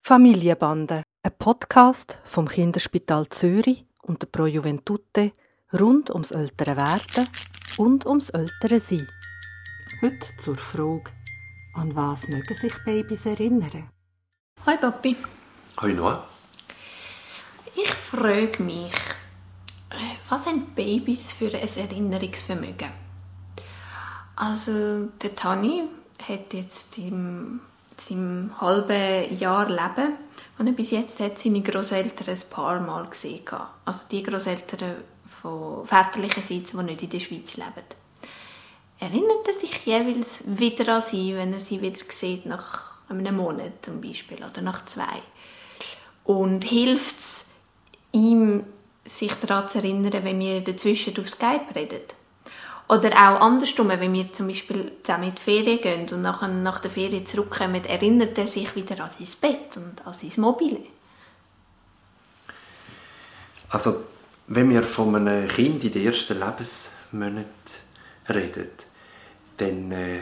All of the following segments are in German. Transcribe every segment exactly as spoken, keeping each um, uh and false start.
Familienbande, ein Podcast vom Kinderspital Zürich und der Pro Juventute rund ums ältere Werden und ums ältere Sein. Heute zur Frage, an was mögen sich Babys erinnern? Hoi Papi. Hoi Noah. Ich frage mich, was haben Babys für ein Erinnerungsvermögen? Also der Tani hat jetzt im seinem halben Jahr Leben, und er bis jetzt hat seine Grosseltern ein paar Mal gesehen. Also die Grosseltern von väterlicherseits, die nicht in der Schweiz leben. Erinnert er sich jeweils wieder an sie, wenn er sie wieder sieht, nach einem Monat zum Beispiel oder nach zwei? Und hilft es ihm, sich daran zu erinnern, wenn wir dazwischen auf Skype reden? Oder auch andersrum, wenn wir zum Beispiel zusammen in die Ferien gehen und nachher nach der Ferien zurückkommen, erinnert er sich wieder an sein Bett und an sein Mobile? Also, wenn wir von einem Kind in den ersten Lebensmonaten reden, dann äh,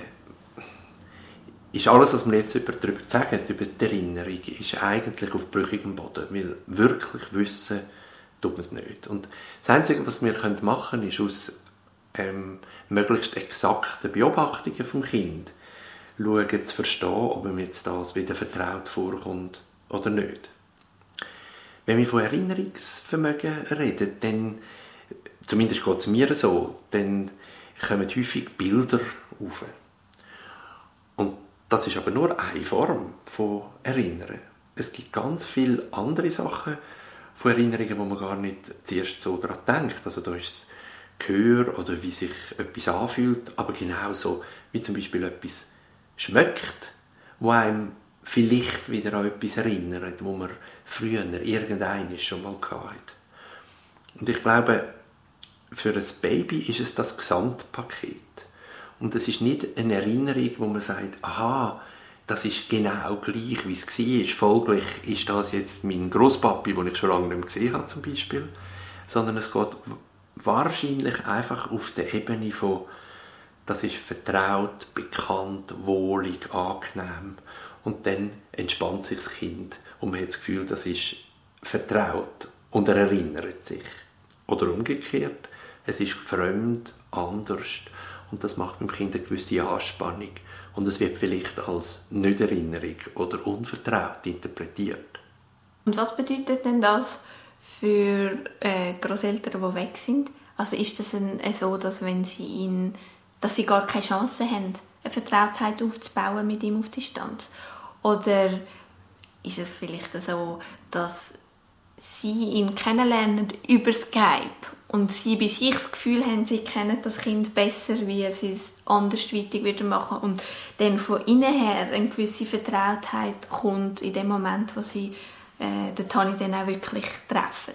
ist alles, was wir jetzt darüber sagen, über die Erinnerung, ist eigentlich auf brüchigem Boden, weil wirklich wissen tut man es nicht. Und das Einzige, was wir machen können, ist aus Ähm, möglichst exakten Beobachtungen vom Kind schauen, zu verstehen, ob ihm jetzt das wieder vertraut vorkommt oder nicht. Wenn wir von Erinnerungsvermögen reden, dann, zumindest geht es mir so, dann kommen häufig Bilder auf. Und das ist aber nur eine Form von Erinnern. Es gibt ganz viele andere Sachen von Erinnerungen, wo man gar nicht zuerst so daran denkt. Also da ist Gehör oder wie sich etwas anfühlt, aber genauso wie zum Beispiel etwas schmeckt, wo einem vielleicht wieder an etwas erinnert, wo man früher irgendeines schon mal hatte. Und ich glaube, für ein Baby ist es das Gesamtpaket. Und es ist nicht eine Erinnerung, wo man sagt, aha, das ist genau gleich, wie es war. Folglich ist das jetzt mein Grosspapi, den ich schon lange nicht mehr gesehen habe, zum Beispiel. Sondern es geht wahrscheinlich einfach auf der Ebene von, das ist vertraut, bekannt, wohlig, angenehm. Und dann entspannt sich das Kind und man hat das Gefühl, das ist vertraut und er erinnert sich. Oder umgekehrt, es ist fremd, anders und das macht beim Kind eine gewisse Anspannung und es wird vielleicht als Nicht-Erinnerung oder unvertraut interpretiert. Und was bedeutet denn das für äh, Grosseltern, die weg sind? Also ist das ein, äh, so, dass wenn sie ihn, dass sie gar keine Chance haben, eine Vertrautheit aufzubauen mit ihm auf Distanz? Oder ist es vielleicht so, dass sie ihn kennenlernen über Skype und sie bei sich das Gefühl haben, sie kennen das Kind besser, wie sie es andersweitig wieder machen und dann von innen her eine gewisse Vertrautheit kommt in dem Moment, wo sie äh, den Tani dann auch wirklich treffen?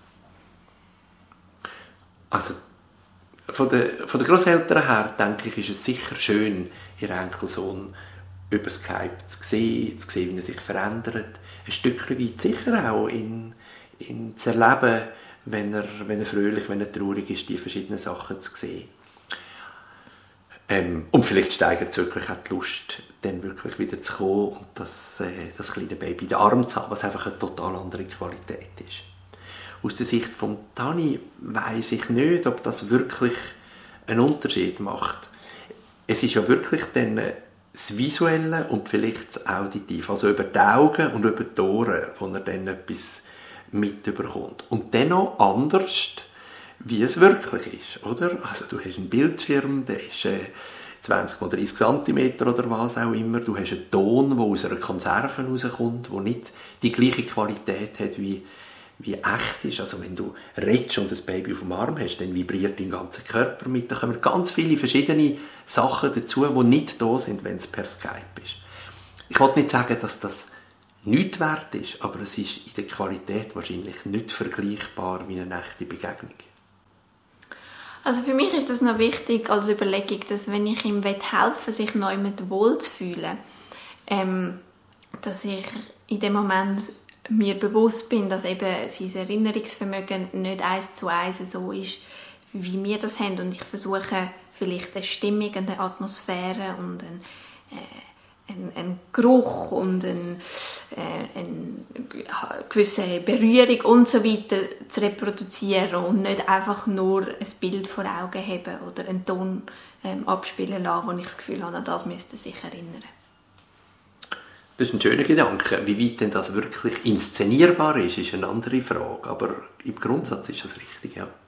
Also von den, von den Grosseltern her, denke ich, ist es sicher schön, ihren Enkelsohn über Skype zu sehen, zu sehen, wie er sich verändert. Ein Stück weit sicher auch in, in zu erleben, wenn er, wenn er fröhlich, wenn er traurig ist, die verschiedenen Sachen zu sehen. Ähm, und vielleicht steigert es wirklich auch die Lust, dann wirklich wieder zu kommen und das, äh, das kleine Baby in den Arm zu haben, was einfach eine total andere Qualität ist. Aus der Sicht von Tani weiss ich nicht, ob das wirklich einen Unterschied macht. Es ist ja wirklich dann das Visuelle und vielleicht das Auditive, also über die Augen und über die Ohren, wo er dann etwas mitbekommt. Und dann noch anders, wie es wirklich ist, oder? Also du hast einen Bildschirm, der ist äh, zwanzig mal dreißig Zentimeter oder was auch immer. Du hast einen Ton, der aus einer Konserve rauskommt, der nicht die gleiche Qualität hat wie wie echt ist. Also wenn du redest und ein Baby auf dem Arm hast, dann vibriert dein ganzer Körper mit. Da kommen ganz viele verschiedene Sachen dazu, die nicht da sind, wenn es per Skype ist. Ich will nicht sagen, dass das nichts wert ist, aber es ist in der Qualität wahrscheinlich nicht vergleichbar wie eine echte Begegnung. Also für mich ist das noch wichtig als Überlegung, dass wenn ich ihm helfen will, sich neu mit wohl zu fühlen, ähm, dass ich in dem Moment mir bewusst bin, dass eben sein Erinnerungsvermögen nicht eins zu eins so ist, wie wir das haben. Und ich versuche vielleicht eine Stimmung, eine Atmosphäre und eine, äh, einen, einen Geruch und eine, äh, eine gewisse Berührung und so weiter zu reproduzieren und nicht einfach nur ein Bild vor Augen haben oder einen Ton ähm, abspielen lassen, wo ich das Gefühl habe, an das müsste sich erinnern. Das ist ein schöner Gedanke. Wie weit denn das wirklich inszenierbar ist, ist eine andere Frage. Aber im Grundsatz ist das richtig, ja.